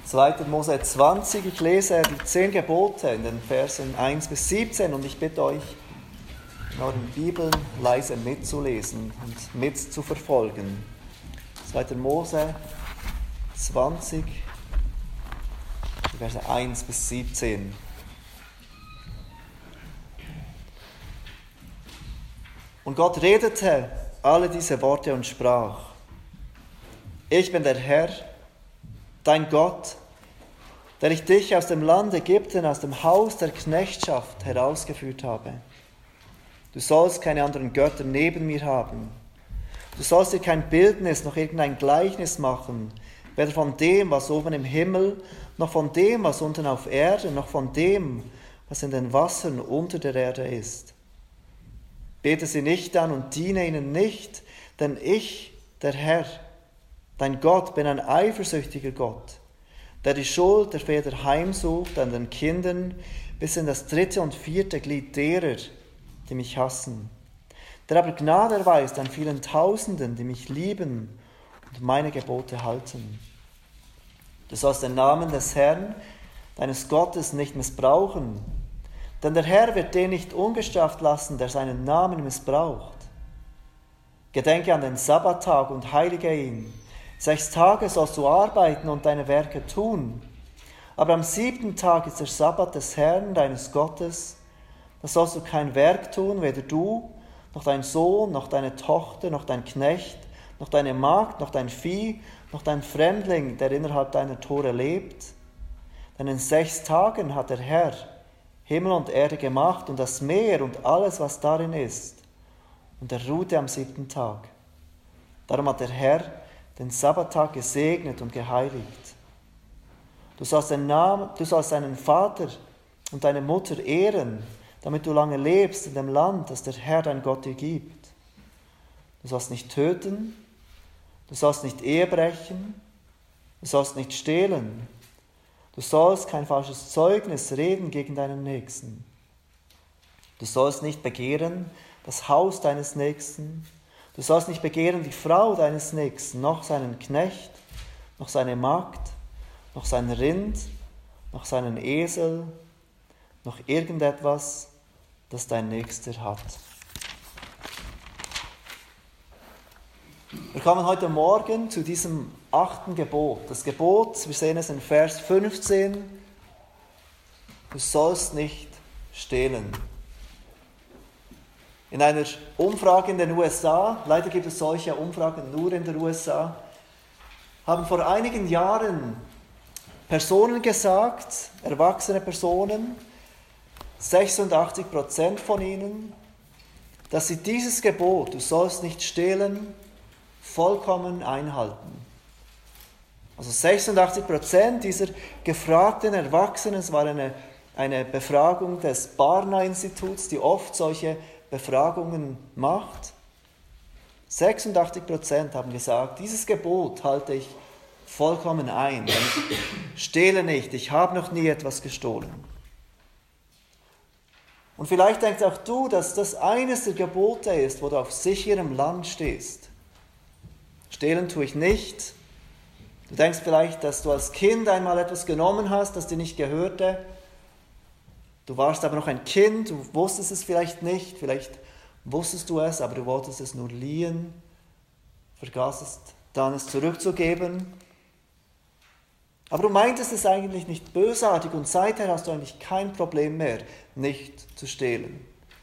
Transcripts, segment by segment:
2. Mose 20, ich lese die 10 Gebote in den Versen 1 bis 17 und ich bitte euch, in euren Bibeln leise mitzulesen und mitzuverfolgen. 2. Mose 20, die Verse 1 bis 17. Und Gott redete alle diese Worte und sprach: Ich bin der Herr, dein Gott, der ich dich aus dem Land Ägypten, aus dem Haus der Knechtschaft herausgeführt habe. Du sollst keine anderen Götter neben mir haben. Du sollst dir kein Bildnis noch irgendein Gleichnis machen, weder von dem, was oben im Himmel, noch von dem, was unten auf Erden, noch von dem, was in den Wassern unter der Erde ist. Bete sie nicht an und diene ihnen nicht, denn ich, der Herr, dein Gott, bin ein eifersüchtiger Gott, der die Schuld der Väter heimsucht an den Kindern bis in das 3. und 4. Glied derer, die mich hassen, der aber Gnade erweist an vielen Tausenden, die mich lieben und meine Gebote halten. Du sollst den Namen des Herrn, deines Gottes, nicht missbrauchen, denn der Herr wird den nicht ungestraft lassen, der seinen Namen missbraucht. Gedenke an den Sabbattag und heilige ihn. 6 Tage sollst du arbeiten und deine Werke tun. Aber am 7. Tag ist der Sabbat des Herrn, deines Gottes. Da sollst du kein Werk tun, weder du, noch dein Sohn, noch deine Tochter, noch dein Knecht, noch deine Magd, noch dein Vieh, noch dein Fremdling, der innerhalb deiner Tore lebt. Denn in 6 Tagen hat der Herr Himmel und Erde gemacht und das Meer und alles, was darin ist. Und er ruhte am 7. Tag. Darum hat der Herr den Sabbattag gesegnet und geheiligt. Du sollst deinen Vater und deine Mutter ehren, damit du lange lebst in dem Land, das der Herr dein Gott dir gibt. Du sollst nicht töten, du sollst nicht Ehe brechen, du sollst nicht stehlen, du sollst kein falsches Zeugnis reden gegen deinen Nächsten. Du sollst nicht begehren das Haus deines Nächsten, du sollst nicht begehren die Frau deines Nächsten, noch seinen Knecht, noch seine Magd, noch sein Rind, noch seinen Esel, noch irgendetwas, das dein Nächster hat. Wir kommen heute Morgen zu diesem 8. Gebot. Das Gebot, wir sehen es in Vers 15, du sollst nicht stehlen. In einer Umfrage in den USA, leider gibt es solche Umfragen nur in den USA, haben vor einigen Jahren Personen gesagt, erwachsene Personen, 86% von ihnen, dass sie dieses Gebot, du sollst nicht stehlen, vollkommen einhalten. Also 86% dieser gefragten Erwachsenen, es war eine Befragung des Barna-Instituts, die oft solche Befragungen macht. 86% haben gesagt, dieses Gebot halte ich vollkommen ein. Ich stehle nicht, ich habe noch nie etwas gestohlen. Und vielleicht denkst auch du, dass das eines der Gebote ist, wo du auf sicherem Land stehst. Stehlen tue ich nicht. Du denkst vielleicht, dass du als Kind einmal etwas genommen hast, das dir nicht gehörte. Du warst aber noch ein Kind, du wusstest es vielleicht nicht, vielleicht wusstest du es, aber du wolltest es nur liehen, vergaßest dann es zurückzugeben. Aber du meintest es eigentlich nicht bösartig und seither hast du eigentlich kein Problem mehr, nicht zu stehlen.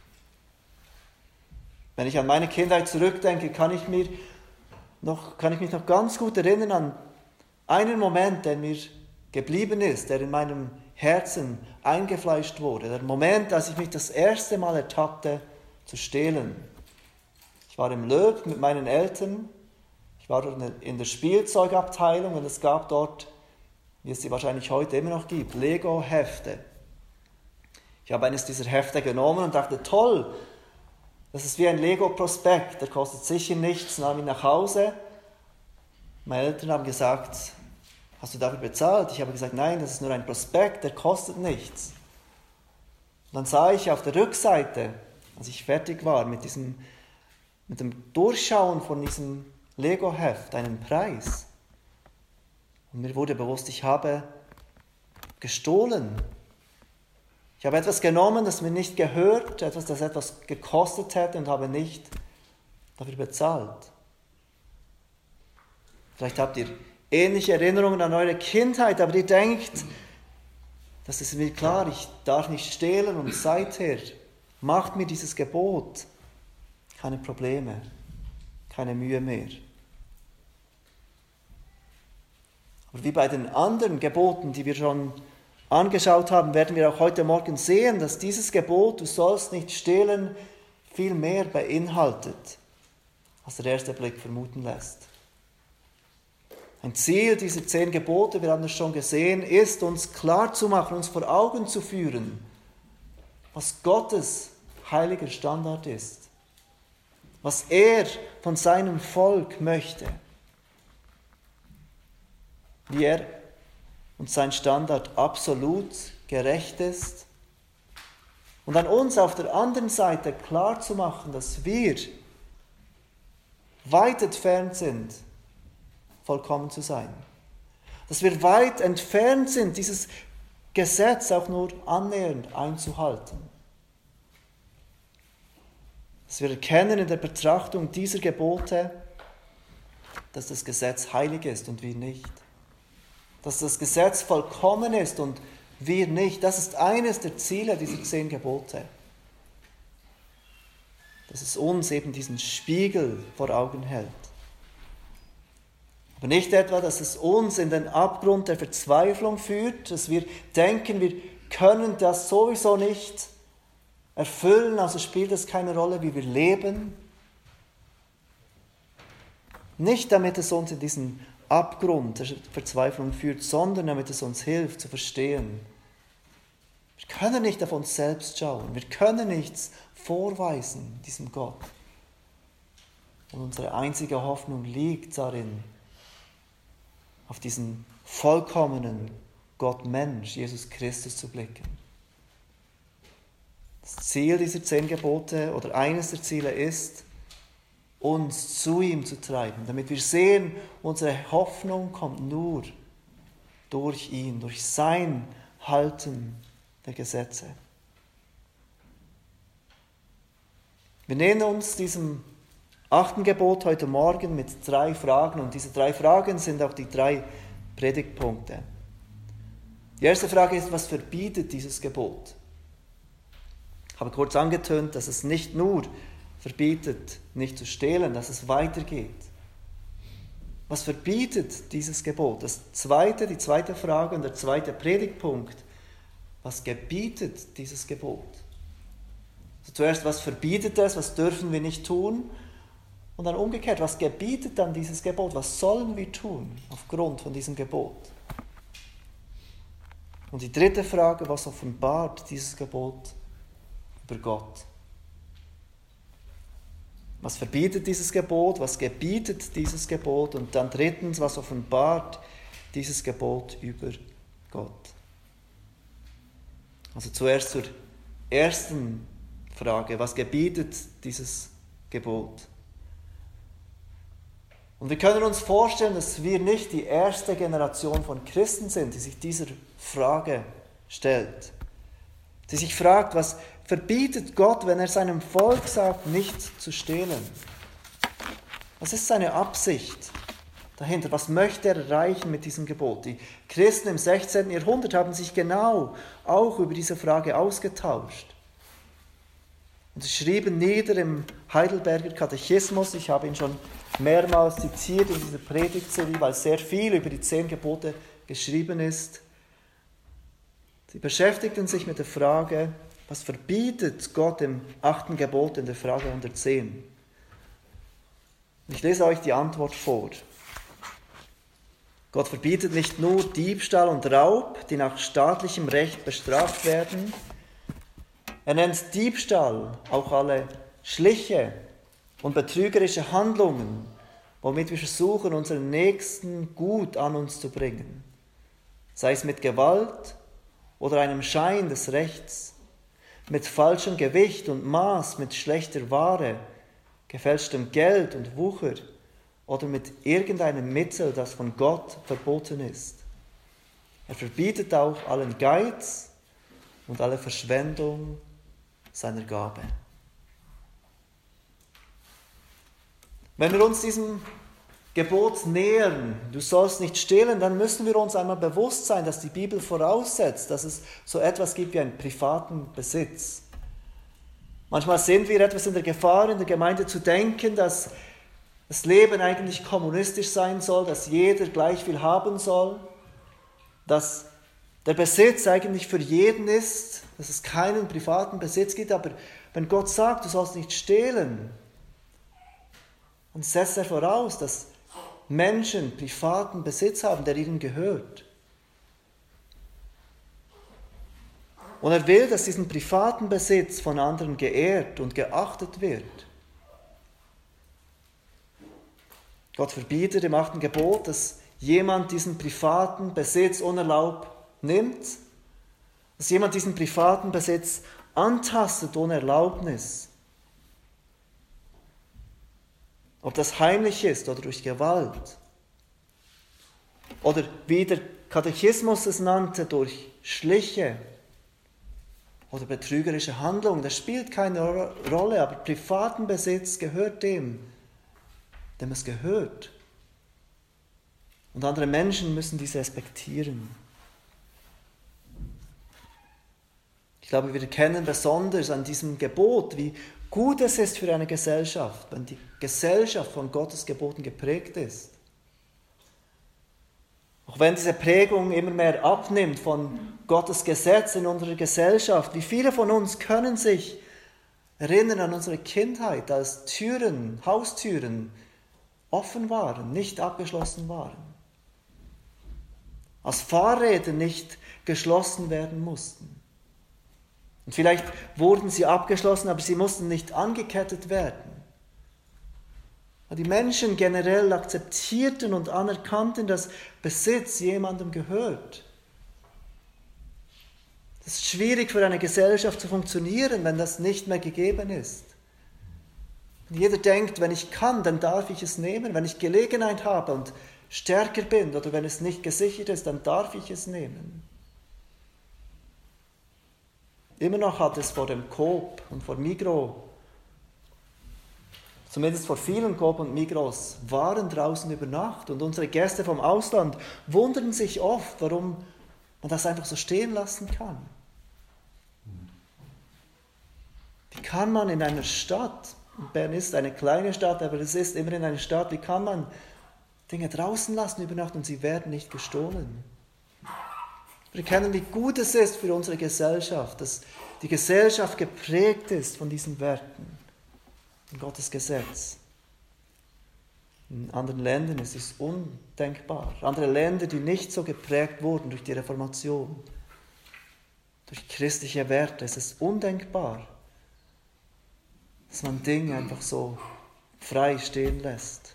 Wenn ich an meine Kindheit zurückdenke, kann ich mich noch ganz gut erinnern an einen Moment, der mir geblieben ist, der in meinem Herzen eingefleischt wurde. Der Moment, als ich mich das erste Mal ertappte, zu stehlen. Ich war im Löb mit meinen Eltern. Ich war in der Spielzeugabteilung und es gab dort, wie es sie wahrscheinlich heute immer noch gibt, Lego-Hefte. Ich habe eines dieser Hefte genommen und dachte, toll, das ist wie ein Lego-Prospekt, der kostet sicher nichts, nahm ihn nach Hause. Meine Eltern haben gesagt, hast du dafür bezahlt? Ich habe gesagt, nein, das ist nur ein Prospekt, der kostet nichts. Und dann sah ich auf der Rückseite, als ich fertig war mit dem Durchschauen von diesem Lego-Heft, einen Preis. Und mir wurde bewusst, ich habe gestohlen. Ich habe etwas genommen, das mir nicht gehört, das etwas gekostet hätte und habe nicht dafür bezahlt. Vielleicht habt ihr ähnliche Erinnerungen an eure Kindheit, aber ihr denkt, das ist mir klar, ich darf nicht stehlen und seither macht mir dieses Gebot keine Probleme, keine Mühe mehr. Aber wie bei den anderen Geboten, die wir schon angeschaut haben, werden wir auch heute Morgen sehen, dass dieses Gebot, du sollst nicht stehlen, viel mehr beinhaltet, als der erste Blick vermuten lässt. Ein Ziel dieser 10 Gebote, wir haben es schon gesehen, ist, uns klarzumachen, uns vor Augen zu führen, was Gottes heiliger Standard ist, was er von seinem Volk möchte, wie er und sein Standard absolut gerecht ist und an uns auf der anderen Seite klarzumachen, dass wir weit entfernt sind, vollkommen zu sein. Dass wir weit entfernt sind, dieses Gesetz auch nur annähernd einzuhalten. Dass wir erkennen in der Betrachtung dieser Gebote, dass das Gesetz heilig ist und wir nicht. Dass das Gesetz vollkommen ist und wir nicht. Das ist eines der Ziele dieser 10 Gebote. Dass es uns eben diesen Spiegel vor Augen hält. Aber nicht etwa, dass es uns in den Abgrund der Verzweiflung führt, dass wir denken, wir können das sowieso nicht erfüllen, also spielt es keine Rolle, wie wir leben. Nicht damit es uns in diesen Abgrund der Verzweiflung führt, sondern damit es uns hilft zu verstehen. Wir können nicht auf uns selbst schauen, wir können nichts vorweisen diesem Gott. Und unsere einzige Hoffnung liegt darin, auf diesen vollkommenen Gott-Mensch, Jesus Christus, zu blicken. Das Ziel dieser 10 Gebote oder eines der Ziele ist, uns zu ihm zu treiben, damit wir sehen, unsere Hoffnung kommt nur durch ihn, durch sein Halten der Gesetze. Wir nähern uns diesem 8. Gebot heute Morgen mit 3 Fragen und diese 3 Fragen sind auch die 3 Predigtpunkte. Die erste Frage ist, was verbietet dieses Gebot? Ich habe kurz angetönt, dass es nicht nur verbietet, nicht zu stehlen, dass es weitergeht. Was verbietet dieses Gebot? Die zweite Frage und der zweite Predigtpunkt, was gebietet dieses Gebot? Also zuerst, was verbietet es, was dürfen wir nicht tun? Und dann umgekehrt, was gebietet dann dieses Gebot? Was sollen wir tun aufgrund von diesem Gebot? Und die dritte Frage, was offenbart dieses Gebot über Gott? Was verbietet dieses Gebot? Was gebietet dieses Gebot? Und dann drittens, was offenbart dieses Gebot über Gott? Also zuerst zur ersten Frage, was gebietet dieses Gebot? Und wir können uns vorstellen, dass wir nicht die erste Generation von Christen sind, die sich dieser Frage stellt. Die sich fragt, was verbietet Gott, wenn er seinem Volk sagt, nicht zu stehlen? Was ist seine Absicht dahinter? Was möchte er erreichen mit diesem Gebot? Die Christen im 16. Jahrhundert haben sich genau auch über diese Frage ausgetauscht. Und sie schrieben nieder im Heidelberger Katechismus, ich habe ihn schon mehrmals zitiert in dieser Predigtserie, weil sehr viel über die 10 Gebote geschrieben ist. Sie beschäftigten sich mit der Frage, was verbietet Gott im 8. Gebot in der Frage 110? Ich lese euch die Antwort vor. Gott verbietet nicht nur Diebstahl und Raub, die nach staatlichem Recht bestraft werden. Er nennt Diebstahl auch alle Schliche und betrügerische Handlungen, womit wir versuchen, unseren Nächsten gut an uns zu bringen. Sei es mit Gewalt oder einem Schein des Rechts, mit falschem Gewicht und Maß, mit schlechter Ware, gefälschtem Geld und Wucher oder mit irgendeinem Mittel, das von Gott verboten ist. Er verbietet auch allen Geiz und alle Verschwendung seiner Gabe. Wenn wir uns diesem Gebot nähern, du sollst nicht stehlen, dann müssen wir uns einmal bewusst sein, dass die Bibel voraussetzt, dass es so etwas gibt wie einen privaten Besitz. Manchmal sind wir etwas in der Gefahr, in der Gemeinde zu denken, dass das Leben eigentlich kommunistisch sein soll, dass jeder gleich viel haben soll, dass der Besitz eigentlich für jeden ist, dass es keinen privaten Besitz gibt. Aber wenn Gott sagt, du sollst nicht stehlen, dann setzt er voraus, dass Menschen privaten Besitz haben, der ihnen gehört. Und er will, dass diesen privaten Besitz von anderen geehrt und geachtet wird. Gott verbietet im 8. Gebot, dass jemand diesen privaten Besitz unerlaubt nimmt, dass jemand diesen privaten Besitz antastet ohne Erlaubnis. Ob das heimlich ist oder durch Gewalt. Oder wie der Katechismus es nannte, durch Schliche oder betrügerische Handlungen. Das spielt keine Rolle, aber privaten Besitz gehört dem es gehört. Und andere Menschen müssen dies respektieren. Ich glaube, wir erkennen besonders an diesem Gebot, wie gut es ist für eine Gesellschaft, wenn die Gesellschaft von Gottes Geboten geprägt ist. Auch wenn diese Prägung immer mehr abnimmt von Gottes Gesetz in unserer Gesellschaft, wie viele von uns können sich erinnern an unsere Kindheit, als Haustüren offen waren, nicht abgeschlossen waren. Als Fahrräder nicht geschlossen werden mussten. Und vielleicht wurden sie abgeschlossen, aber sie mussten nicht angekettet werden. Die Menschen generell akzeptierten und anerkannten, dass Besitz jemandem gehört. Es ist schwierig für eine Gesellschaft zu funktionieren, wenn das nicht mehr gegeben ist. Und jeder denkt, wenn ich kann, dann darf ich es nehmen. Wenn ich Gelegenheit habe und stärker bin oder wenn es nicht gesichert ist, dann darf ich es nehmen. Immer noch hat es vor dem Coop und vor Migros, zumindest vor vielen Coop und Migros, Waren draußen über Nacht. Und unsere Gäste vom Ausland wundern sich oft, warum man das einfach so stehen lassen kann. Wie kann man in einer Stadt, Bern ist eine kleine Stadt, aber es ist immerhin eine Stadt, wie kann man Dinge draußen lassen über Nacht und sie werden nicht gestohlen? Wir erkennen, wie gut es ist für unsere Gesellschaft, dass die Gesellschaft geprägt ist von diesen Werten, von Gottes Gesetz. In anderen Ländern ist es undenkbar. Andere Länder, die nicht so geprägt wurden durch die Reformation, durch christliche Werte, ist es undenkbar, dass man Dinge einfach so frei stehen lässt.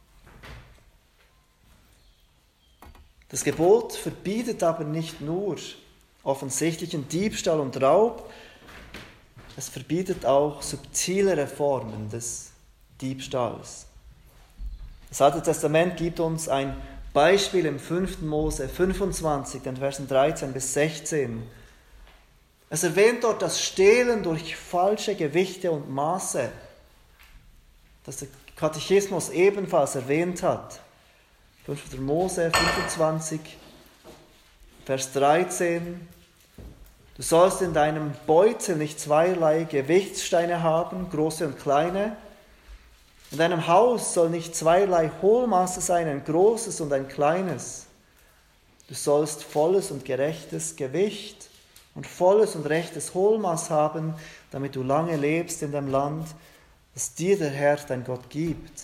Das Gebot verbietet aber nicht nur offensichtlichen Diebstahl und Raub, es verbietet auch subtilere Formen des Diebstahls. Das Alte Testament gibt uns ein Beispiel im 5. Mose 25, den Versen 13 bis 16. Es erwähnt dort das Stehlen durch falsche Gewichte und Maße, das der Katechismus ebenfalls erwähnt hat. 5. Mose 25, Vers 13. Du sollst in deinem Beutel nicht zweierlei Gewichtssteine haben, große und kleine. In deinem Haus soll nicht zweierlei Hohlmaße sein, ein großes und ein kleines. Du sollst volles und gerechtes Gewicht und volles und rechtes Hohlmaß haben, damit du lange lebst in dem Land, das dir der Herr, dein Gott, gibt.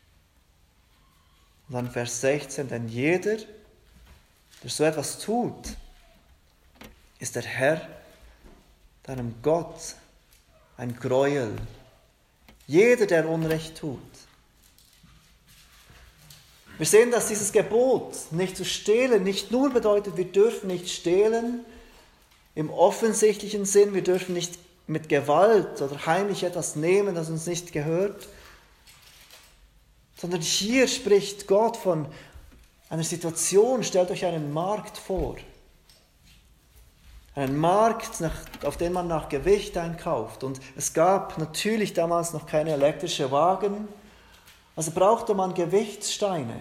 Und dann Vers 16, denn jeder, der so etwas tut, ist der Herr, deinem Gott, ein Gräuel. Jeder, der Unrecht tut. Wir sehen, dass dieses Gebot, nicht zu stehlen, nicht nur bedeutet, wir dürfen nicht stehlen im offensichtlichen Sinn, wir dürfen nicht mit Gewalt oder heimlich etwas nehmen, das uns nicht gehört, Sondern hier spricht Gott von einer Situation, stellt euch einen Markt vor. Einen Markt, auf den man nach Gewicht einkauft. Und es gab natürlich damals noch keine elektrischen Wagen, also brauchte man Gewichtssteine.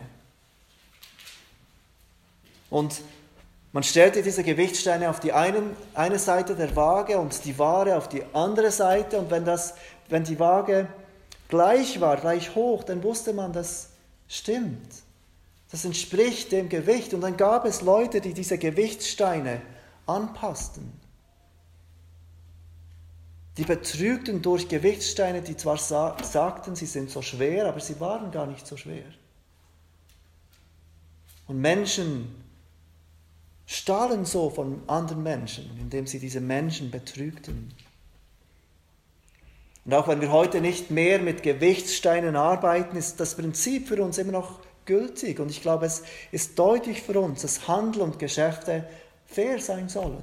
Und man stellte diese Gewichtssteine auf die eine Seite der Waage und die Ware auf die andere Seite. Und wenn die Waage gleich war, gleich hoch, dann wusste man, das stimmt. Das entspricht dem Gewicht. Und dann gab es Leute, die diese Gewichtssteine anpassten. Die betrügten durch Gewichtssteine, die zwar sagten, sie sind so schwer, aber sie waren gar nicht so schwer. Und Menschen stahlen so von anderen Menschen, indem sie diese Menschen betrügten. Und auch wenn wir heute nicht mehr mit Gewichtssteinen arbeiten, ist das Prinzip für uns immer noch gültig. Und ich glaube, es ist deutlich für uns, dass Handel und Geschäfte fair sein sollen.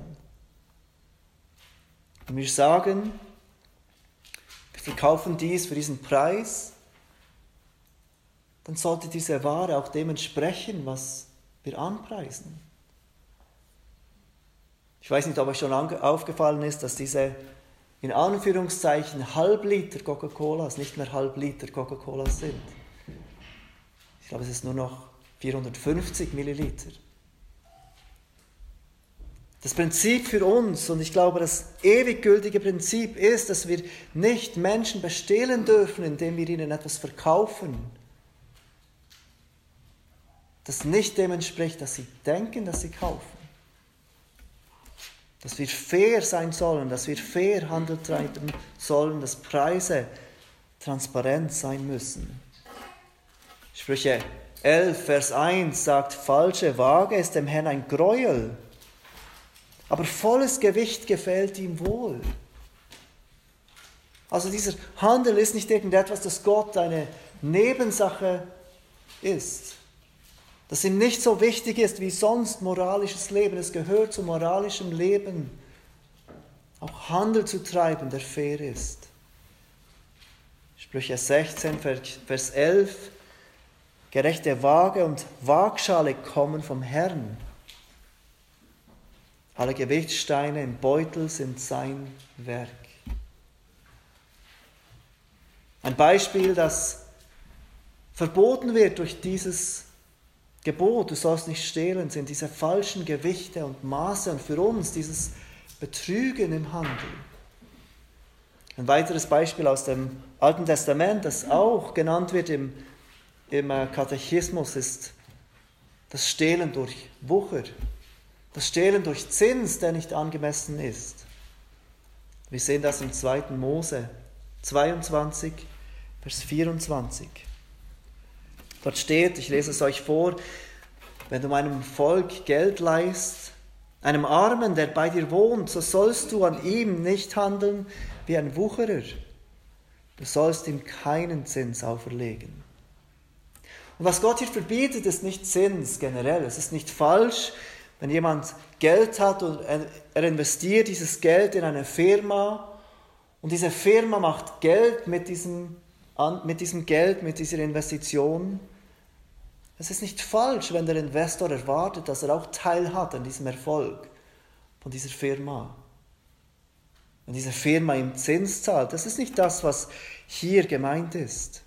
Und wir sagen, wir verkaufen dies für diesen Preis, dann sollte diese Ware auch dem entsprechen, was wir anpreisen. Ich weiß nicht, ob euch schon aufgefallen ist, dass diese in Anführungszeichen Halbliter Coca-Colas nicht mehr Halbliter Coca-Colas sind. Ich glaube, es ist nur noch 450 Milliliter. Das Prinzip für uns, und ich glaube, das ewig gültige Prinzip ist, dass wir nicht Menschen bestehlen dürfen, indem wir ihnen etwas verkaufen, das nicht dem entspricht, dass sie denken, dass sie kaufen. Dass wir fair sein sollen, dass wir fair Handel treiben sollen, dass Preise transparent sein müssen. Sprüche 11, Vers 1 sagt, falsche Waage ist dem Herrn ein Gräuel, aber volles Gewicht gefällt ihm wohl. Also dieser Handel ist nicht irgendetwas, das Gott eine Nebensache ist. Das ihm nicht so wichtig ist wie sonst moralisches Leben. Es gehört zum moralischen Leben, auch Handel zu treiben, der fair ist. Sprüche 16, Vers 11. Gerechte Waage und Waagschale kommen vom Herrn. Alle Gewichtssteine im Beutel sind sein Werk. Ein Beispiel, das verboten wird durch dieses Gebot, du sollst nicht stehlen, sind diese falschen Gewichte und Maße und für uns dieses Betrügen im Handel. Ein weiteres Beispiel aus dem Alten Testament, das auch genannt wird im Katechismus, ist das Stehlen durch Wucher, das Stehlen durch Zins, der nicht angemessen ist. Wir sehen das im 2. Mose 22, Vers 24. Dort steht, ich lese es euch vor, wenn du meinem Volk Geld leihst, einem Armen, der bei dir wohnt, so sollst du an ihm nicht handeln wie ein Wucherer. Du sollst ihm keinen Zins auferlegen. Und was Gott hier verbietet, ist nicht Zins generell. Es ist nicht falsch, wenn jemand Geld hat und er investiert dieses Geld in eine Firma und diese Firma macht Geld mit diesem Geld, mit dieser Investition. Es ist nicht falsch, wenn der Investor erwartet, dass er auch Teil hat an diesem Erfolg von dieser Firma. Wenn diese Firma ihm Zins zahlt, das ist nicht das, was hier gemeint ist.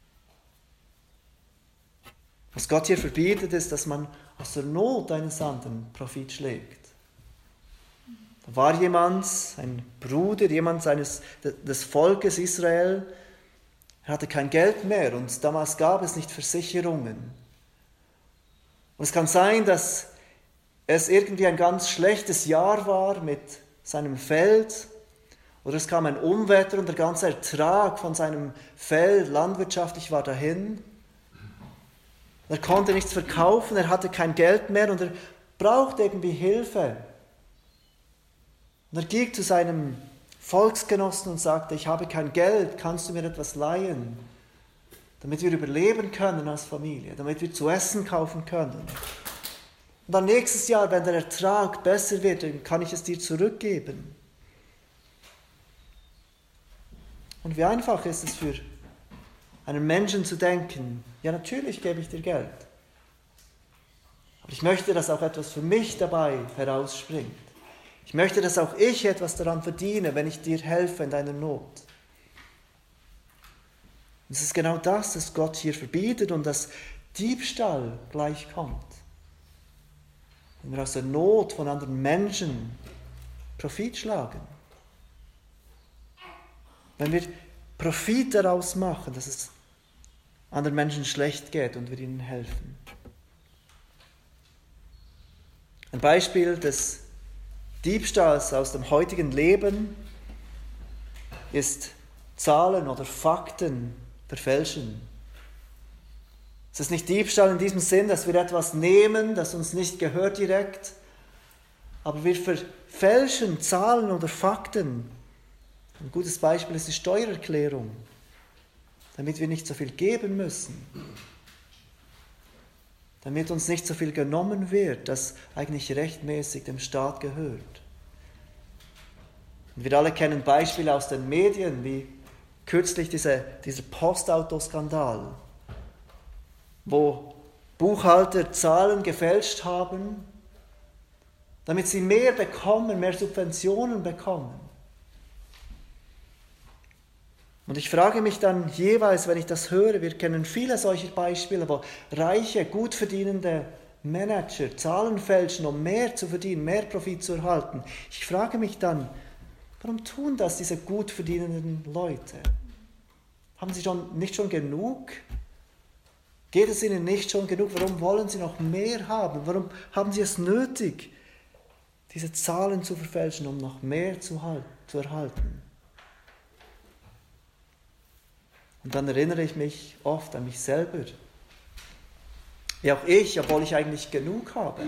Was Gott hier verbietet, ist, dass man aus der Not eines anderen Profit schlägt. Da war jemand, ein Bruder, jemand des Volkes Israel, er hatte kein Geld mehr und damals gab es nicht Versicherungen. Und es kann sein, dass es irgendwie ein ganz schlechtes Jahr war mit seinem Feld oder es kam ein Unwetter und der ganze Ertrag von seinem Feld landwirtschaftlich war dahin. Er konnte nichts verkaufen, er hatte kein Geld mehr und er brauchte irgendwie Hilfe. Und er ging zu seinem Volksgenossen und sagte, ich habe kein Geld, kannst du mir etwas leihen, damit wir überleben können als Familie, damit wir zu essen kaufen können. Und dann nächstes Jahr, wenn der Ertrag besser wird, dann kann ich es dir zurückgeben. Und wie einfach ist es für einem Menschen zu denken, ja natürlich gebe ich dir Geld. Aber ich möchte, dass auch etwas für mich dabei herausspringt. Ich möchte, dass auch ich etwas daran verdiene, wenn ich dir helfe in deiner Not. Und es ist genau das, das Gott hier verbietet und das Diebstahl gleich kommt. Wenn wir aus der Not von anderen Menschen Profit schlagen. Wenn wir Profit daraus machen, dass es anderen Menschen schlecht geht und wir ihnen helfen. Ein Beispiel des Diebstahls aus dem heutigen Leben ist Zahlen oder Fakten verfälschen. Es ist nicht Diebstahl in diesem Sinn, dass wir etwas nehmen, das uns nicht gehört direkt, aber wir verfälschen Zahlen oder Fakten. Ein gutes Beispiel ist die Steuererklärung, damit wir nicht so viel geben müssen, damit uns nicht so viel genommen wird, das eigentlich rechtmäßig dem Staat gehört. Und wir alle kennen Beispiele aus den Medien, wie kürzlich dieser Postautoskandal, wo Buchhalter Zahlen gefälscht haben, damit sie mehr bekommen, mehr Subventionen bekommen. Und ich frage mich dann jeweils, wenn ich das höre, wir kennen viele solcher Beispiele, wo reiche, gut verdienende Manager Zahlen fälschen, um mehr zu verdienen, mehr Profit zu erhalten. Ich frage mich dann, warum tun das diese gut verdienenden Leute? Haben sie nicht schon genug? Geht es ihnen nicht schon genug? Warum wollen sie noch mehr haben? Warum haben sie es nötig, diese Zahlen zu verfälschen, um noch mehr zu erhalten? Und dann erinnere ich mich oft an mich selber. Wie auch ich, obwohl ich eigentlich genug habe.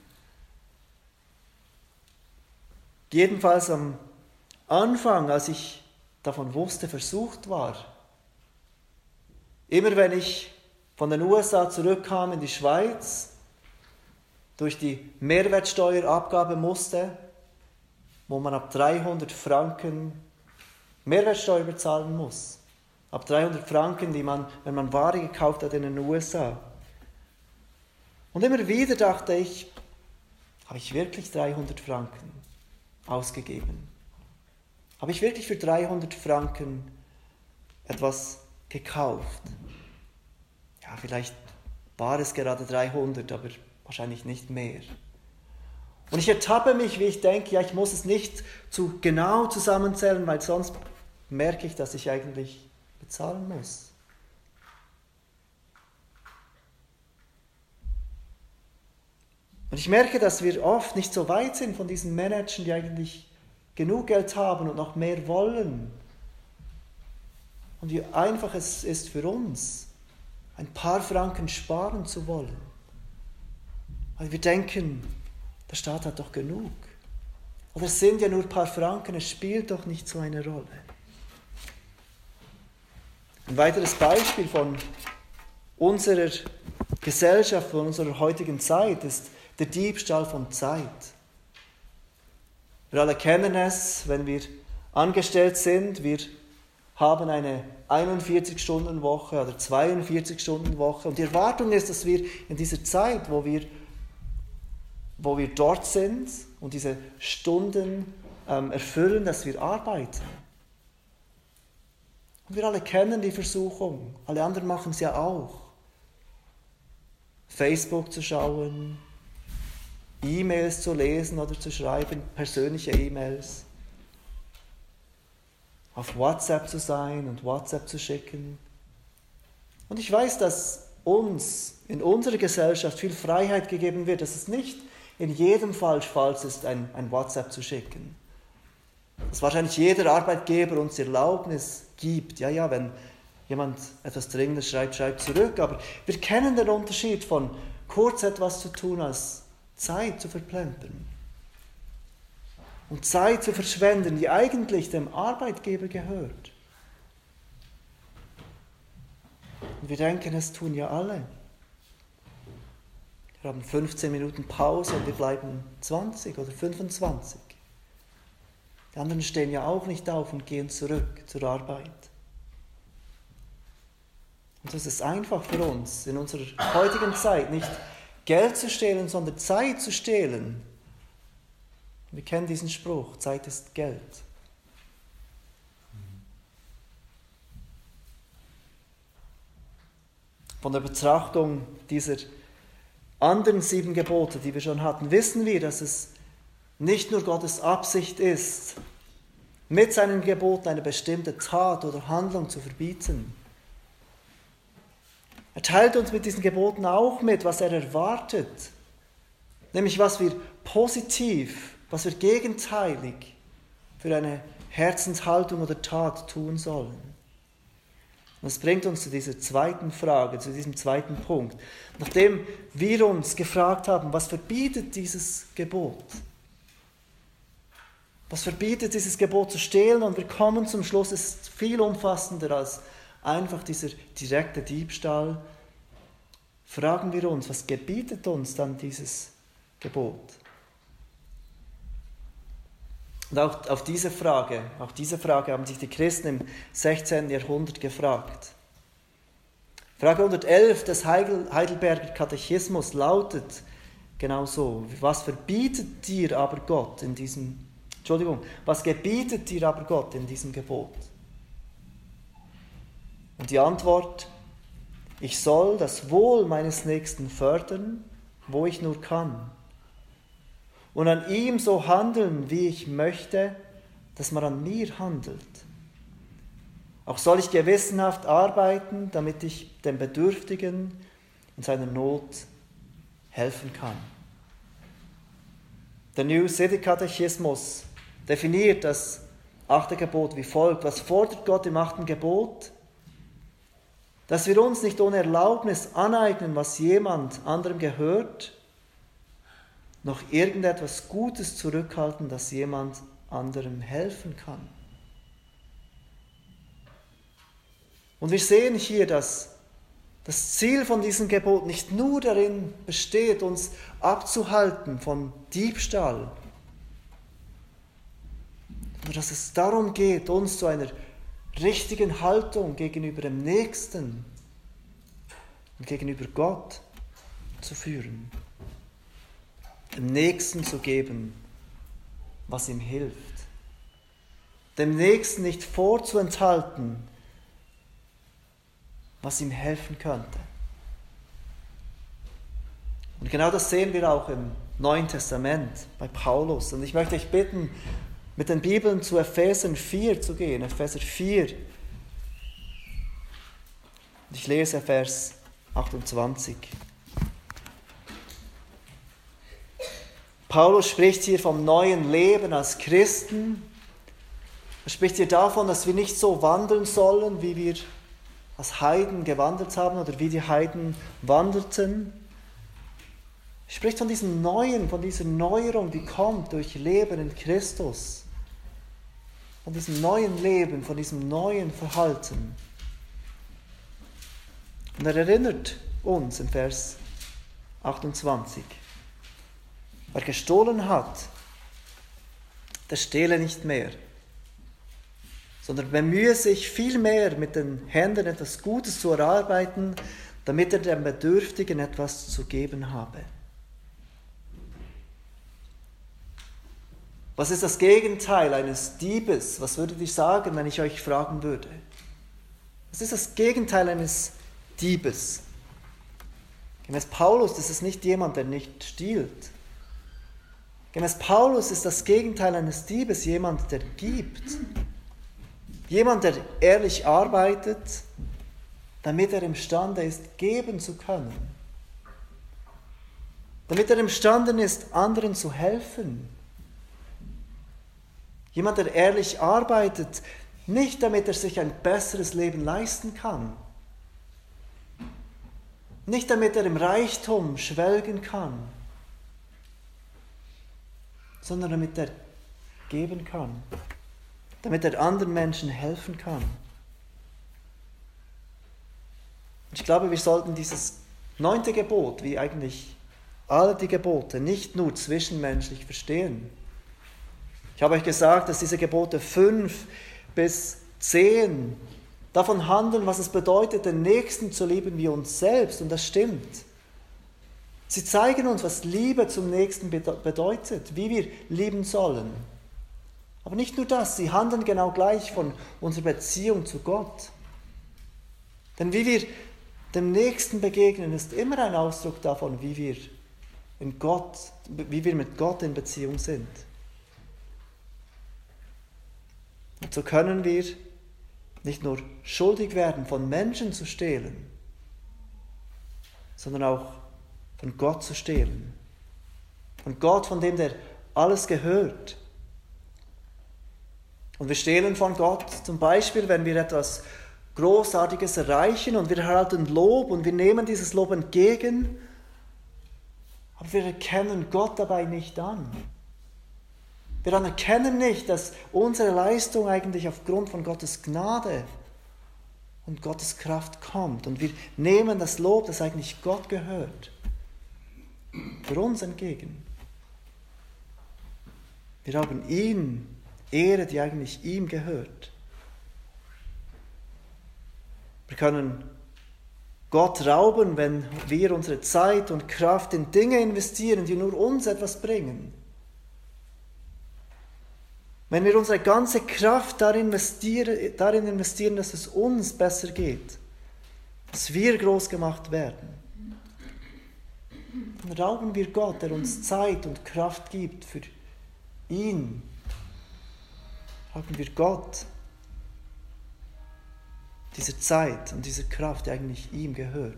Jedenfalls am Anfang, als ich davon wusste, versucht war. Immer wenn ich von den USA zurückkam in die Schweiz, durch die Mehrwertsteuerabgabe musste, wo man ab 300 Franken Mehrwertsteuer bezahlen muss. Ab 300 Franken, die man, wenn man Ware gekauft hat in den USA. Und immer wieder dachte ich, habe ich wirklich 300 Franken ausgegeben? Habe ich wirklich für 300 Franken etwas gekauft? Ja, vielleicht war es gerade 300, aber wahrscheinlich nicht mehr. Und ich ertappe mich, wie ich denke, ja, ich muss es nicht zu genau zusammenzählen, weil sonst merke ich, dass ich eigentlich bezahlen muss. Und ich merke, dass wir oft nicht so weit sind von diesen Managern, die eigentlich genug Geld haben und noch mehr wollen. Und wie einfach es ist für uns, ein paar Franken sparen zu wollen. Weil wir denken, der Staat hat doch genug. Oder es sind ja nur ein paar Franken, es spielt doch nicht so eine Rolle. Ein weiteres Beispiel von unserer Gesellschaft, von unserer heutigen Zeit ist der Diebstahl von Zeit. Wir alle kennen es, wenn wir angestellt sind, wir haben eine 41-Stunden-Woche oder 42-Stunden-Woche und die Erwartung ist, dass wir in dieser Zeit, wo wir dort sind und diese Stunden erfüllen, dass wir arbeiten. Und wir alle kennen die Versuchung, alle anderen machen es ja auch. Facebook zu schauen, E-Mails zu lesen oder zu schreiben, persönliche E-Mails. Auf WhatsApp zu sein und WhatsApp zu schicken. Und ich weiß, dass uns in unserer Gesellschaft viel Freiheit gegeben wird, dass es nicht in jedem Fall falsch ist, ein WhatsApp zu schicken. Dass wahrscheinlich jeder Arbeitgeber uns die Erlaubnis gibt, ja, wenn jemand etwas Dringendes schreibt, schreibt zurück. Aber wir kennen den Unterschied von kurz etwas zu tun, als Zeit zu verplempern. Und Zeit zu verschwenden, die eigentlich dem Arbeitgeber gehört. Und wir denken, es tun ja alle. Wir haben 15 Minuten Pause und wir bleiben 20 oder 25. Die anderen stehen ja auch nicht auf und gehen zurück zur Arbeit. Und es ist einfach für uns in unserer heutigen Zeit, nicht Geld zu stehlen, sondern Zeit zu stehlen. Wir kennen diesen Spruch, Zeit ist Geld. Von der Betrachtung dieser anderen 7 Gebote, die wir schon hatten, wissen wir, dass es nicht nur Gottes Absicht ist, mit seinen Geboten eine bestimmte Tat oder Handlung zu verbieten. Er teilt uns mit diesen Geboten auch mit, was er erwartet, nämlich was wir positiv, was wir gegenteilig für eine Herzenshaltung oder Tat tun sollen. Und das bringt uns zu dieser zweiten Frage, zu diesem zweiten Punkt. Nachdem wir uns gefragt haben, was verbietet dieses Gebot? Was verbietet dieses Gebot zu stehlen? Und wir kommen zum Schluss, es ist viel umfassender als einfach dieser direkte Diebstahl. Fragen wir uns, was gebietet uns dann dieses Gebot? Und auch diese Frage haben sich die Christen im 16. Jahrhundert gefragt. Frage 111 des Heidelberger Katechismus lautet genauso: Was gebietet dir aber Gott in diesem Gebot? Und die Antwort: Ich soll das Wohl meines Nächsten fördern, wo ich nur kann. Und an ihm so handeln, wie ich möchte, dass man an mir handelt. Auch soll ich gewissenhaft arbeiten, damit ich dem Bedürftigen in seiner Not helfen kann. Der New City Katechismus definiert das 8. Gebot wie folgt: Was fordert Gott im 8. Gebot? Dass wir uns nicht ohne Erlaubnis aneignen, was jemand anderem gehört, noch irgendetwas Gutes zurückhalten, das jemand anderem helfen kann. Und wir sehen hier, dass das Ziel von diesem Gebot nicht nur darin besteht, uns abzuhalten von Diebstahl, sondern dass es darum geht, uns zu einer richtigen Haltung gegenüber dem Nächsten und gegenüber Gott zu führen. Dem Nächsten zu geben, was ihm hilft. Dem Nächsten nicht vorzuenthalten, was ihm helfen könnte. Und genau das sehen wir auch im Neuen Testament bei Paulus. Und ich möchte euch bitten, mit den Bibeln zu Epheser 4 zu gehen. Epheser 4. Und ich lese Vers 28. Paulus spricht hier vom neuen Leben als Christen. Er spricht hier davon, dass wir nicht so wandeln sollen, wie wir als Heiden gewandelt haben oder wie die Heiden wandelten. Er spricht von diesem Neuen, von dieser Neuerung, die kommt durch Leben in Christus. Von diesem neuen Leben, von diesem neuen Verhalten. Und er erinnert uns im Vers 28. Wer gestohlen hat, der stehle nicht mehr, sondern bemühe sich vielmehr mit den Händen etwas Gutes zu erarbeiten, damit er dem Bedürftigen etwas zu geben habe. Was ist das Gegenteil eines Diebes? Was würdet ihr sagen, wenn ich euch fragen würde? Was ist das Gegenteil eines Diebes? Gemäß Paulus ist es nicht jemand, der nicht stiehlt. Gemäß Paulus ist das Gegenteil eines Diebes jemand, der gibt. Jemand, der ehrlich arbeitet, damit er imstande ist, geben zu können. Damit er imstande ist, anderen zu helfen. Jemand, der ehrlich arbeitet, nicht damit er sich ein besseres Leben leisten kann. Nicht damit er im Reichtum schwelgen kann, sondern damit er geben kann, damit er anderen Menschen helfen kann. Ich glaube, wir sollten dieses 9. Gebot, wie eigentlich alle die Gebote, nicht nur zwischenmenschlich verstehen. Ich habe euch gesagt, dass diese Gebote 5 bis 10 davon handeln, was es bedeutet, den Nächsten zu lieben wie uns selbst. Und das stimmt. Sie zeigen uns, was Liebe zum Nächsten bedeutet, wie wir lieben sollen. Aber nicht nur das, sie handeln genau gleich von unserer Beziehung zu Gott. Denn wie wir dem Nächsten begegnen, ist immer ein Ausdruck davon, wie wir mit Gott in Beziehung sind. Und so können wir nicht nur schuldig werden, von Menschen zu stehlen, sondern auch von Gott zu stehlen. Von Gott, von dem der alles gehört. Und wir stehlen von Gott zum Beispiel, wenn wir etwas Großartiges erreichen und wir erhalten Lob und wir nehmen dieses Lob entgegen, aber wir erkennen Gott dabei nicht an. Wir anerkennen nicht, dass unsere Leistung eigentlich aufgrund von Gottes Gnade und Gottes Kraft kommt. Und wir nehmen das Lob, das eigentlich Gott gehört, für uns entgegen. Wir rauben ihm Ehre, die eigentlich ihm gehört. Wir können Gott rauben, wenn wir unsere Zeit und Kraft in Dinge investieren, die nur uns etwas bringen. Wenn wir unsere ganze Kraft darin investieren, dass es uns besser geht, dass wir groß gemacht werden, dann rauben wir Gott, der uns Zeit und Kraft gibt für ihn. Rauben wir Gott diese Zeit und diese Kraft, die eigentlich ihm gehört.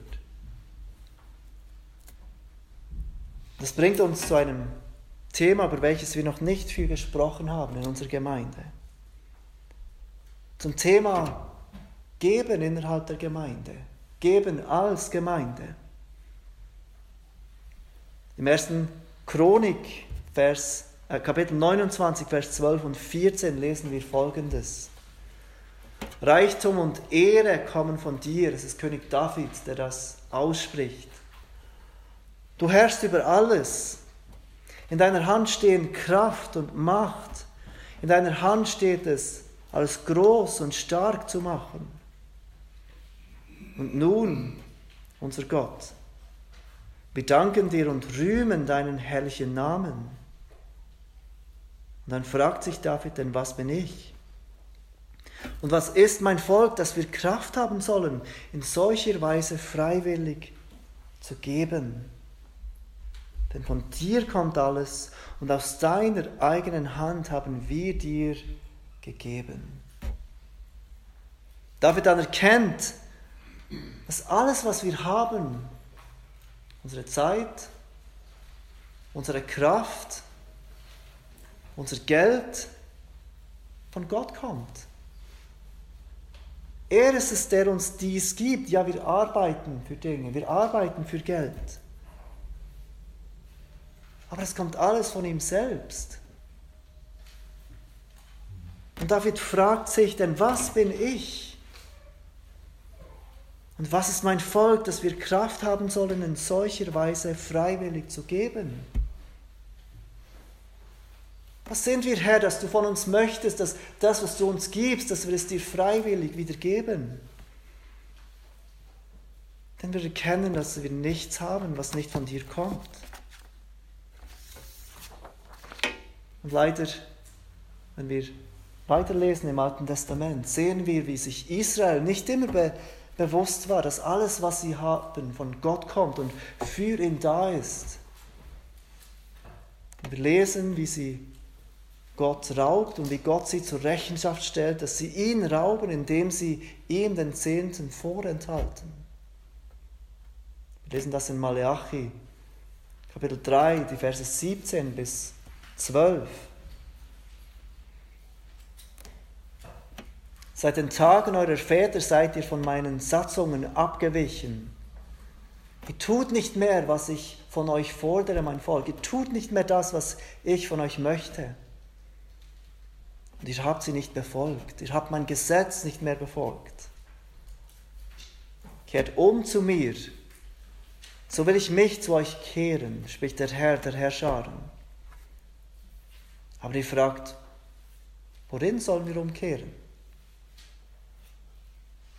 Das bringt uns zu einem Thema, über welches wir noch nicht viel gesprochen haben in unserer Gemeinde. Zum Thema Geben innerhalb der Gemeinde. Geben als Gemeinde. Im 1. Chronik, Kapitel 29, Vers 12 und 14 lesen wir Folgendes. Reichtum und Ehre kommen von dir. Es ist König David, der das ausspricht. Du herrschst über alles. In deiner Hand stehen Kraft und Macht. In deiner Hand steht es, alles groß und stark zu machen. Und nun, unser Gott, wir danken dir und rühmen deinen herrlichen Namen. Und dann fragt sich David, denn was bin ich? Und was ist mein Volk, dass wir Kraft haben sollen, in solcher Weise freiwillig zu geben? Denn von dir kommt alles und aus deiner eigenen Hand haben wir dir gegeben. David anerkennt, dass alles, was wir haben, unsere Zeit, unsere Kraft, unser Geld, von Gott kommt. Er ist es, der uns dies gibt. Ja, wir arbeiten für Dinge, wir arbeiten für Geld. Aber es kommt alles von ihm selbst. Und David fragt sich, denn was bin ich? Und was ist mein Volk, dass wir Kraft haben sollen, in solcher Weise freiwillig zu geben? Was sind wir, Herr, dass du von uns möchtest, dass das, was du uns gibst, dass wir es dir freiwillig wieder geben? Denn wir erkennen, dass wir nichts haben, was nicht von dir kommt. Und leider, wenn wir weiterlesen im Alten Testament, sehen wir, wie sich Israel nicht immer bewusst war, dass alles, was sie haben, von Gott kommt und für ihn da ist. Und wir lesen, wie sie Gott raubt und wie Gott sie zur Rechenschaft stellt, dass sie ihn rauben, indem sie ihm den Zehnten vorenthalten. Wir lesen das in Maleachi, Kapitel 3, die Verse 17 bis 12. Seit den Tagen eurer Väter seid ihr von meinen Satzungen abgewichen. Ihr tut nicht mehr, was ich von euch fordere, mein Volk. Ihr tut nicht mehr das, was ich von euch möchte. Und ihr habt sie nicht befolgt. Ihr habt mein Gesetz nicht mehr befolgt. Kehrt um zu mir, so will ich mich zu euch kehren, spricht der Herr der Herrscharen. Aber ihr fragt, worin sollen wir umkehren?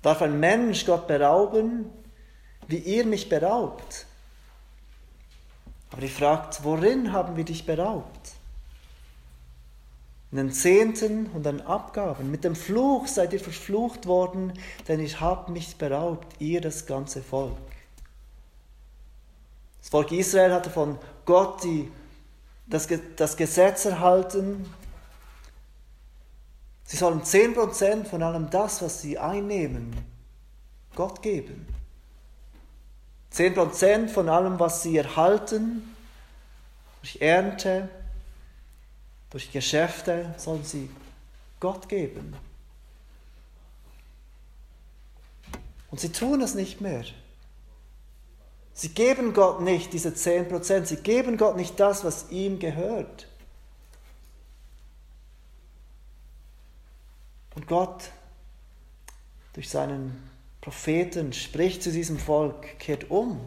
Darf ein Mensch Gott berauben, wie ihr mich beraubt? Aber ihr fragt, worin haben wir dich beraubt? In den Zehnten und den Abgaben. Mit dem Fluch seid ihr verflucht worden, denn ihr habt mich beraubt, ihr das ganze Volk. Das Volk Israel hatte von Gott das Gesetz erhalten. Sie sollen 10% von allem das, was sie einnehmen, Gott geben. 10% von allem, was sie erhalten, durch Ernte, durch Geschäfte, sollen sie Gott geben. Und sie tun es nicht mehr. Sie geben Gott nicht diese 10%, sie geben Gott nicht das, was ihm gehört. Und Gott, durch seinen Propheten, spricht zu diesem Volk, kehrt um.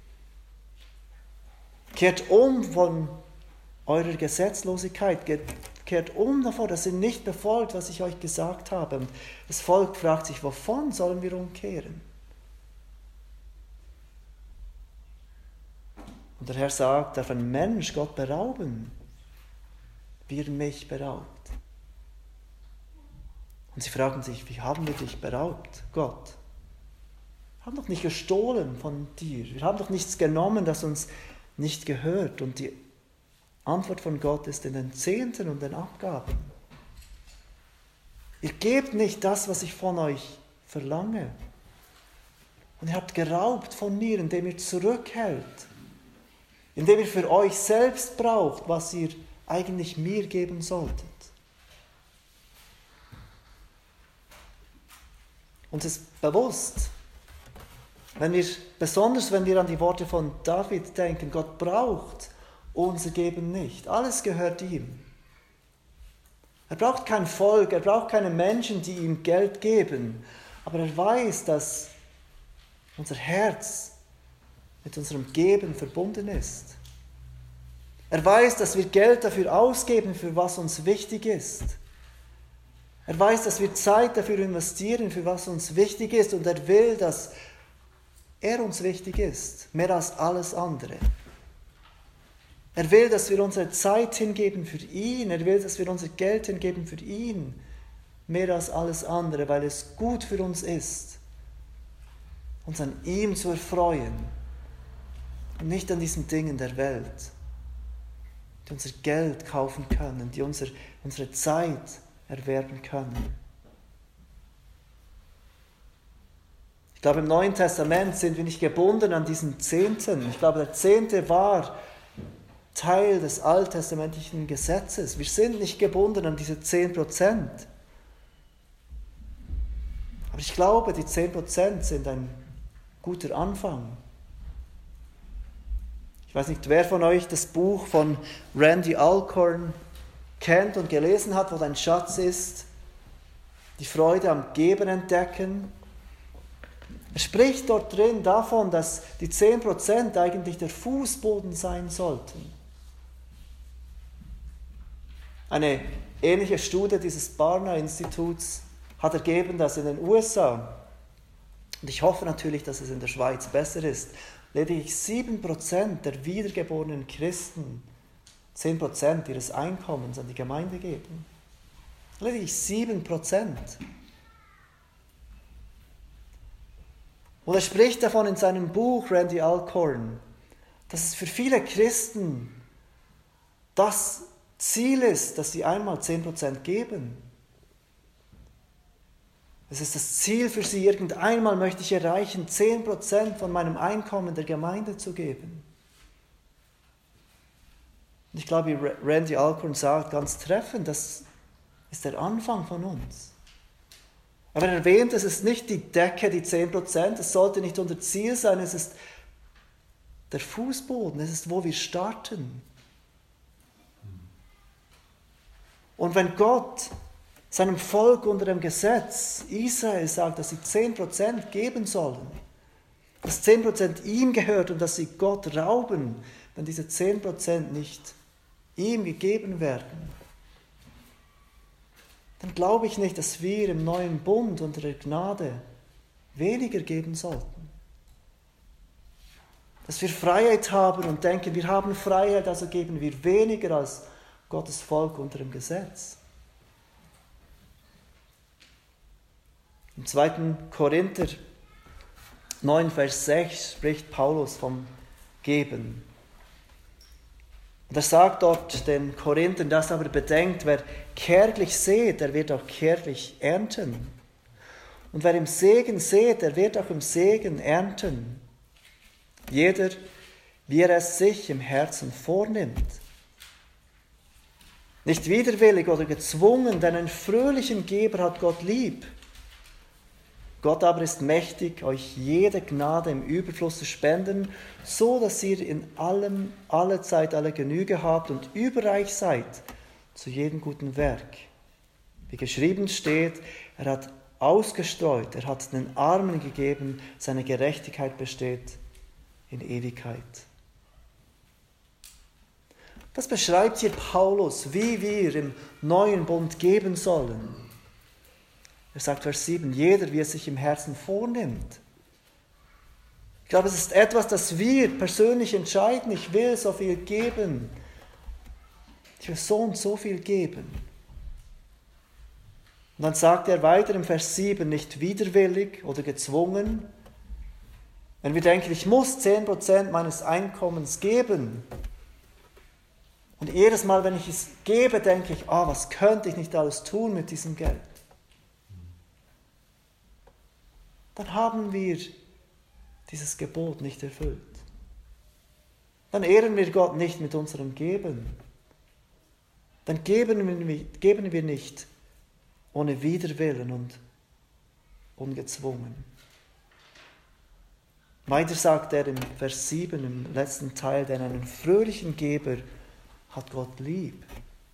Kehrt um von eurer Gesetzlosigkeit, kehrt um davor, dass ihr nicht befolgt, was ich euch gesagt habe. Und das Volk fragt sich, wovon sollen wir umkehren? Und der Herr sagt, darf ein Mensch Gott berauben, wie er mich beraubt? Und sie fragen sich, wie haben wir dich beraubt, Gott? Wir haben doch nicht gestohlen von dir. Wir haben doch nichts genommen, das uns nicht gehört. Und die Antwort von Gott ist in den Zehnten und den Abgaben. Ihr gebt nicht das, was ich von euch verlange. Und ihr habt geraubt von mir, indem ihr zurückhält. Indem ihr für euch selbst braucht, was ihr eigentlich mir geben solltet. Uns ist bewusst, besonders wenn wir an die Worte von David denken, Gott braucht unser Geben nicht. Alles gehört ihm. Er braucht kein Volk, er braucht keine Menschen, die ihm Geld geben. Aber er weiß, dass unser Herz mit unserem Geben verbunden ist. Er weiß, dass wir Geld dafür ausgeben, für was uns wichtig ist. Er weiß, dass wir Zeit dafür investieren, für was uns wichtig ist. Und er will, dass er uns wichtig ist, mehr als alles andere. Er will, dass wir unsere Zeit hingeben für ihn. Er will, dass wir unser Geld hingeben für ihn, mehr als alles andere, weil es gut für uns ist, uns an ihm zu erfreuen und nicht an diesen Dingen der Welt, die unser Geld kaufen können, die unsere Zeit erwerben können. Ich glaube, im Neuen Testament sind wir nicht gebunden an diesen Zehnten. Ich glaube, der Zehnte war Teil des alttestamentlichen Gesetzes. Wir sind nicht gebunden an diese 10%. Aber ich glaube, die 10% sind ein guter Anfang. Ich weiß nicht, wer von euch das Buch von Randy Alcorn kennt und gelesen hat, wo dein Schatz ist, die Freude am Geben entdecken. Er spricht dort drin davon, dass die 10% eigentlich der Fußboden sein sollten. Eine ähnliche Studie dieses Barna-Instituts hat ergeben, dass in den USA, und ich hoffe natürlich, dass es in der Schweiz besser ist, lediglich 7% der wiedergeborenen Christen 10% ihres Einkommens an die Gemeinde geben. Lediglich 7%. Und er spricht davon in seinem Buch, Randy Alcorn, dass es für viele Christen das Ziel ist, dass sie einmal 10% geben. Es ist das Ziel für sie, irgendeinmal möchte ich erreichen, 10% von meinem Einkommen der Gemeinde zu geben. Und ich glaube, wie Randy Alcorn sagt, ganz treffend, das ist der Anfang von uns. Aber er erwähnt, es ist nicht die Decke, die 10%, es sollte nicht unser Ziel sein, es ist der Fußboden, es ist, wo wir starten. Und wenn Gott seinem Volk unter dem Gesetz Israel sagt, dass sie 10% geben sollen, dass 10% ihm gehört und dass sie Gott rauben, wenn diese 10% nicht ihm gegeben werden, dann glaube ich nicht, dass wir im neuen Bund unter der Gnade weniger geben sollten. Dass wir Freiheit haben und denken, wir haben Freiheit, also geben wir weniger als Gottes Volk unter dem Gesetz. Im 2. Korinther 9, Vers 6 spricht Paulus vom Geben. Und er sagt dort den Korinthern, dass aber bedenkt, wer kärglich sät, der wird auch kärglich ernten. Und wer im Segen sät, der wird auch im Segen ernten. Jeder, wie er es sich im Herzen vornimmt. Nicht widerwillig oder gezwungen, denn einen fröhlichen Geber hat Gott lieb. Gott aber ist mächtig, euch jede Gnade im Überfluss zu spenden, so dass ihr in allem, alle Zeit, alle Genüge habt und überreich seid zu jedem guten Werk. Wie geschrieben steht, er hat ausgestreut, er hat den Armen gegeben, seine Gerechtigkeit besteht in Ewigkeit. Das beschreibt hier Paulus, wie wir im neuen Bund geben sollen. Er sagt Vers 7, jeder, wie er sich im Herzen vornimmt. Ich glaube, es ist etwas, das wir persönlich entscheiden. Ich will so viel geben. Ich will so und so viel geben. Und dann sagt er weiter im Vers 7, nicht widerwillig oder gezwungen. Wenn wir denken, ich muss 10% meines Einkommens geben. Und jedes Mal, wenn ich es gebe, denke ich, was könnte ich nicht alles tun mit diesem Geld? Dann haben wir dieses Gebot nicht erfüllt. Dann ehren wir Gott nicht mit unserem Geben. Dann geben wir nicht ohne Widerwillen und ungezwungen. Weiter sagt er im Vers 7, im letzten Teil, denn einen fröhlichen Geber hat Gott lieb.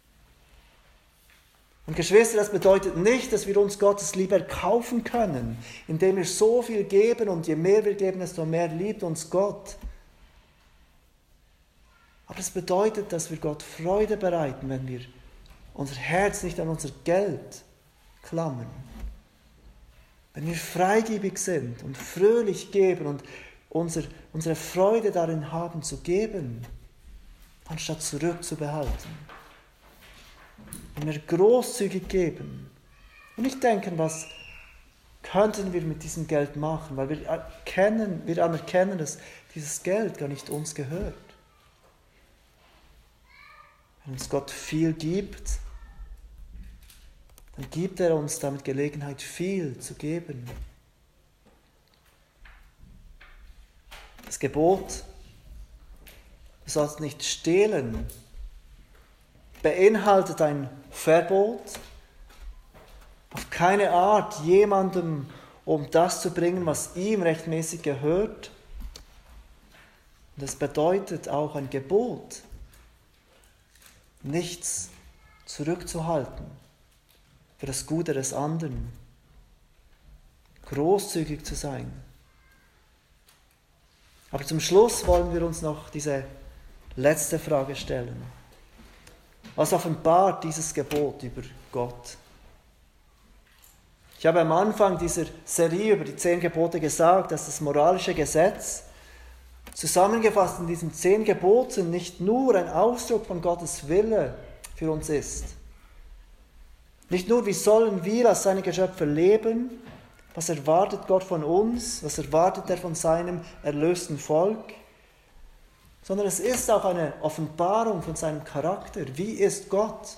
Und Geschwister, das bedeutet nicht, dass wir uns Gottes Liebe erkaufen können, indem wir so viel geben und je mehr wir geben, desto mehr liebt uns Gott. Aber es bedeutet, dass wir Gott Freude bereiten, wenn wir unser Herz nicht an unser Geld klammern. Wenn wir freigebig sind und fröhlich geben und unsere Freude darin haben zu geben, anstatt zurückzubehalten. Wenn wir großzügig geben und nicht denken, was könnten wir mit diesem Geld machen, weil wir anerkennen, dass dieses Geld gar nicht uns gehört. Wenn uns Gott viel gibt, dann gibt er uns damit Gelegenheit, viel zu geben. Das Gebot, du sollst nicht stehlen, beinhaltet ein Verbot, auf keine Art jemandem um das zu bringen, was ihm rechtmäßig gehört. Und es bedeutet auch ein Gebot, nichts zurückzuhalten für das Gute des anderen, großzügig zu sein. Aber zum Schluss wollen wir uns noch diese letzte Frage stellen. Was offenbart dieses Gebot über Gott? Ich habe am Anfang dieser Serie über die 10 Gebote gesagt, dass das moralische Gesetz, zusammengefasst in diesen 10 Geboten, nicht nur ein Ausdruck von Gottes Wille für uns ist. Nicht nur, wie sollen wir als seine Geschöpfe leben, was erwartet Gott von uns, was erwartet er von seinem erlösten Volk, sondern es ist auch eine Offenbarung von seinem Charakter. Wie ist Gott?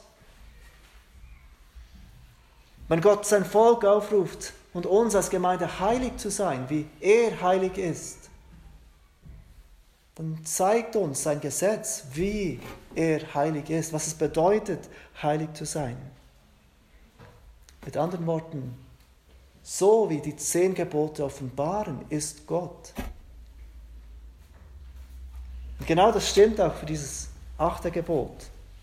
Wenn Gott sein Volk aufruft und uns als Gemeinde heilig zu sein, wie er heilig ist, dann zeigt uns sein Gesetz, wie er heilig ist, was es bedeutet, heilig zu sein. Mit anderen Worten, so wie die 10 Gebote offenbaren, ist Gott. Und genau das stimmt auch für dieses 8. Gebot.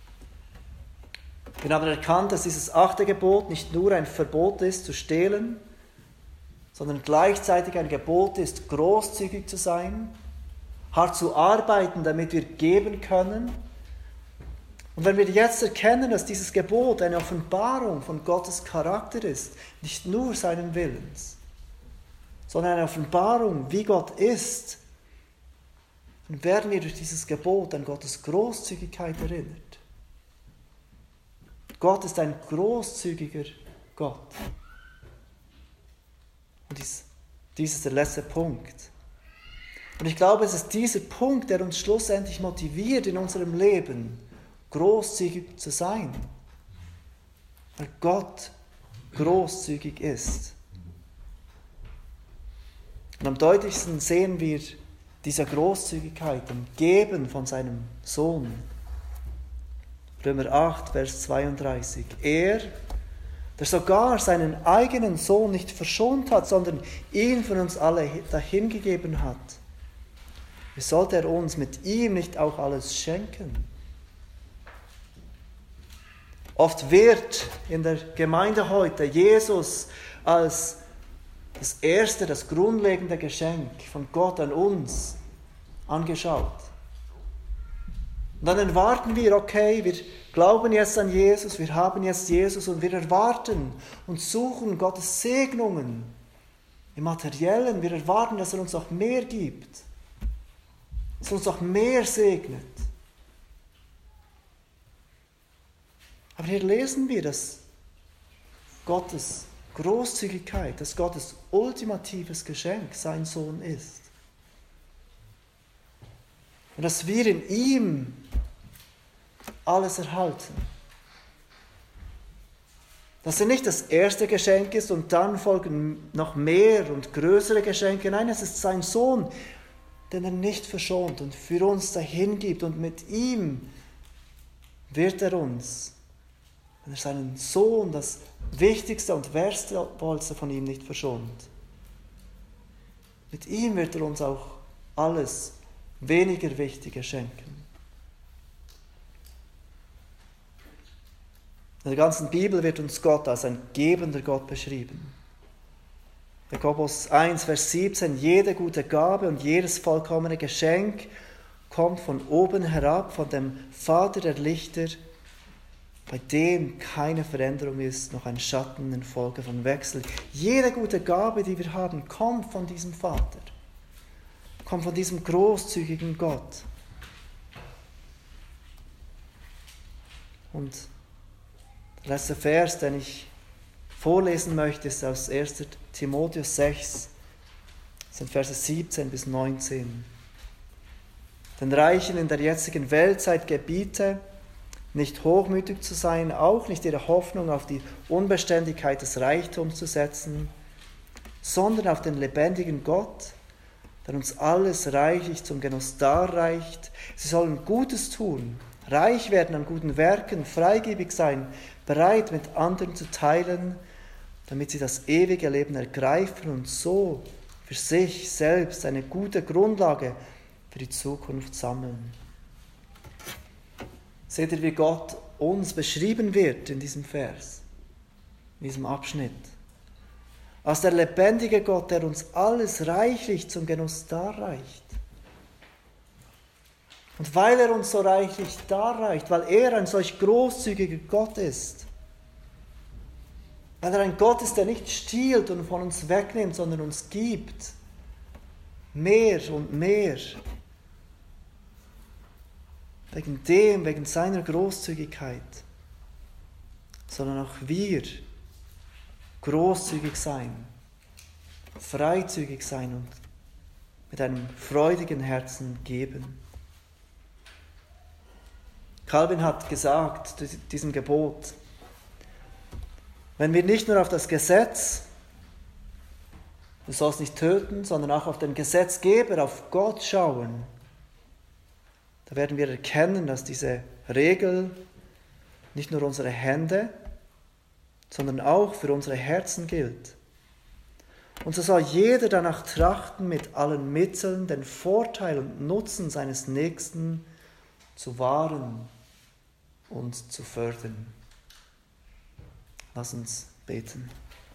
Wir haben erkannt, dass dieses 8. Gebot nicht nur ein Verbot ist, zu stehlen, sondern gleichzeitig ein Gebot ist, großzügig zu sein, hart zu arbeiten, damit wir geben können. Und wenn wir jetzt erkennen, dass dieses Gebot eine Offenbarung von Gottes Charakter ist, nicht nur seinen Willens, sondern eine Offenbarung, wie Gott ist, dann werden wir durch dieses Gebot an Gottes Großzügigkeit erinnert. Gott ist ein großzügiger Gott. Und dies ist der letzte Punkt. Und ich glaube, es ist dieser Punkt, der uns schlussendlich motiviert, in unserem Leben großzügig zu sein. Weil Gott großzügig ist. Und am deutlichsten sehen wir diese Großzügigkeit im Geben von seinem Sohn. Römer 8, Vers 32. Er, der sogar seinen eigenen Sohn nicht verschont hat, sondern ihn für uns alle dahingegeben hat, wie sollte er uns mit ihm nicht auch alles schenken? Oft wird in der Gemeinde heute Jesus als das erste, das grundlegende Geschenk von Gott an uns angeschaut. Und dann erwarten wir, okay, wir glauben jetzt an Jesus, wir haben jetzt Jesus und wir erwarten und suchen Gottes Segnungen im Materiellen. Wir erwarten, dass er uns noch mehr gibt, dass er uns noch mehr segnet. Aber hier lesen wir, dass Gottes Großzügigkeit, dass Gottes ultimatives Geschenk sein Sohn ist. Und dass wir in ihm alles erhalten. Dass er nicht das erste Geschenk ist und dann folgen noch mehr und größere Geschenke. Nein, es ist sein Sohn, den er nicht verschont und für uns dahin gibt. Und mit ihm wird er uns, wenn er seinen Sohn, das Wichtigste und Wertvollste von ihm nicht verschont, mit ihm wird er uns auch alles weniger Wichtige schenken. In der ganzen Bibel wird uns Gott als ein gebender Gott beschrieben. Jakobus 1, Vers 17, jede gute Gabe und jedes vollkommene Geschenk kommt von oben herab, von dem Vater der Lichter, bei dem keine Veränderung ist, noch ein Schatten in Folge von Wechsel. Jede gute Gabe, die wir haben, kommt von diesem Vater, kommt von diesem großzügigen Gott. Und der letzte Vers, den ich vorlesen möchte, ist aus 1. Timotheus 6, das sind Verse 17 bis 19. Den Reichen in der jetzigen Weltzeit gebiete, nicht hochmütig zu sein, auch nicht ihre Hoffnung auf die Unbeständigkeit des Reichtums zu setzen, sondern auf den lebendigen Gott, der uns alles reichlich zum Genuss darreicht. Sie sollen Gutes tun, reich werden an guten Werken, freigebig sein, bereit mit anderen zu teilen, damit sie das ewige Leben ergreifen und so für sich selbst eine gute Grundlage für die Zukunft sammeln. Seht ihr, wie Gott uns beschrieben wird in diesem Vers, in diesem Abschnitt? Als der lebendige Gott, der uns alles reichlich zum Genuss darreicht. Und weil er uns so reichlich darreicht, weil er ein solch großzügiger Gott ist, weil er ein Gott ist, der nicht stiehlt und von uns wegnimmt, sondern uns gibt, mehr und mehr, wegen seiner Großzügigkeit, sondern auch wir großzügig sein, freizügig sein und mit einem freudigen Herzen geben. Calvin hat gesagt, diesem Gebot, wenn wir nicht nur auf das Gesetz, du sollst nicht töten, sondern auch auf den Gesetzgeber, auf Gott schauen, da werden wir erkennen, dass diese Regel nicht nur unsere Hände, sondern auch für unsere Herzen gilt. Und so soll jeder danach trachten, mit allen Mitteln den Vorteil und Nutzen seines Nächsten zu wahren und zu fördern. Lass uns beten.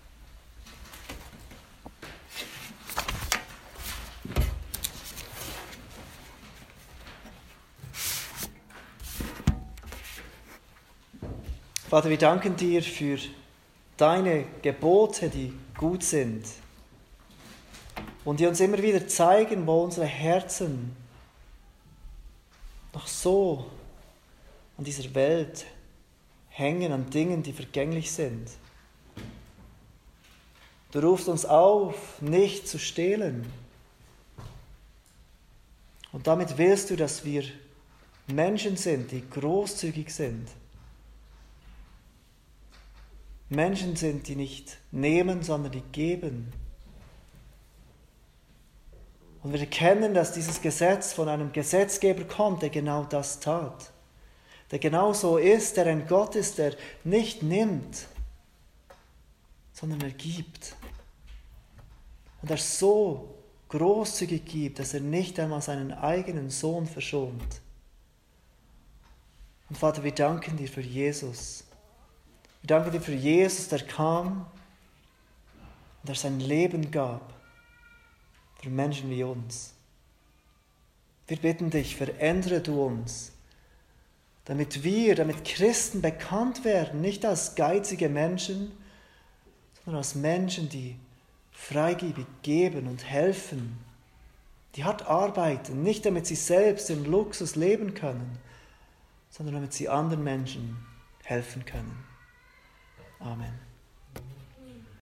Vater, wir danken dir für deine Gebote, die gut sind. und die uns immer wieder zeigen, wo unsere Herzen noch so an dieser Welt hängen, an Dingen, die vergänglich sind. Du rufst uns auf, nicht zu stehlen. Und damit willst du, dass wir Menschen sind, die großzügig sind. Menschen sind, die nicht nehmen, sondern die geben. Und wir erkennen, dass dieses Gesetz von einem Gesetzgeber kommt, der genau das tat. Der genau so ist, der ein Gott ist, der nicht nimmt, sondern er gibt. Und er so großzügig gibt, dass er nicht einmal seinen eigenen Sohn verschont. Und Vater, wir danken dir für Jesus. Wir danken dir für Jesus, der kam und der sein Leben gab für Menschen wie uns. Wir bitten dich, verändere du uns, damit Christen bekannt werden, nicht als geizige Menschen, sondern als Menschen, die freigebig geben und helfen, die hart arbeiten, nicht damit sie selbst im Luxus leben können, sondern damit sie anderen Menschen helfen können. Amen.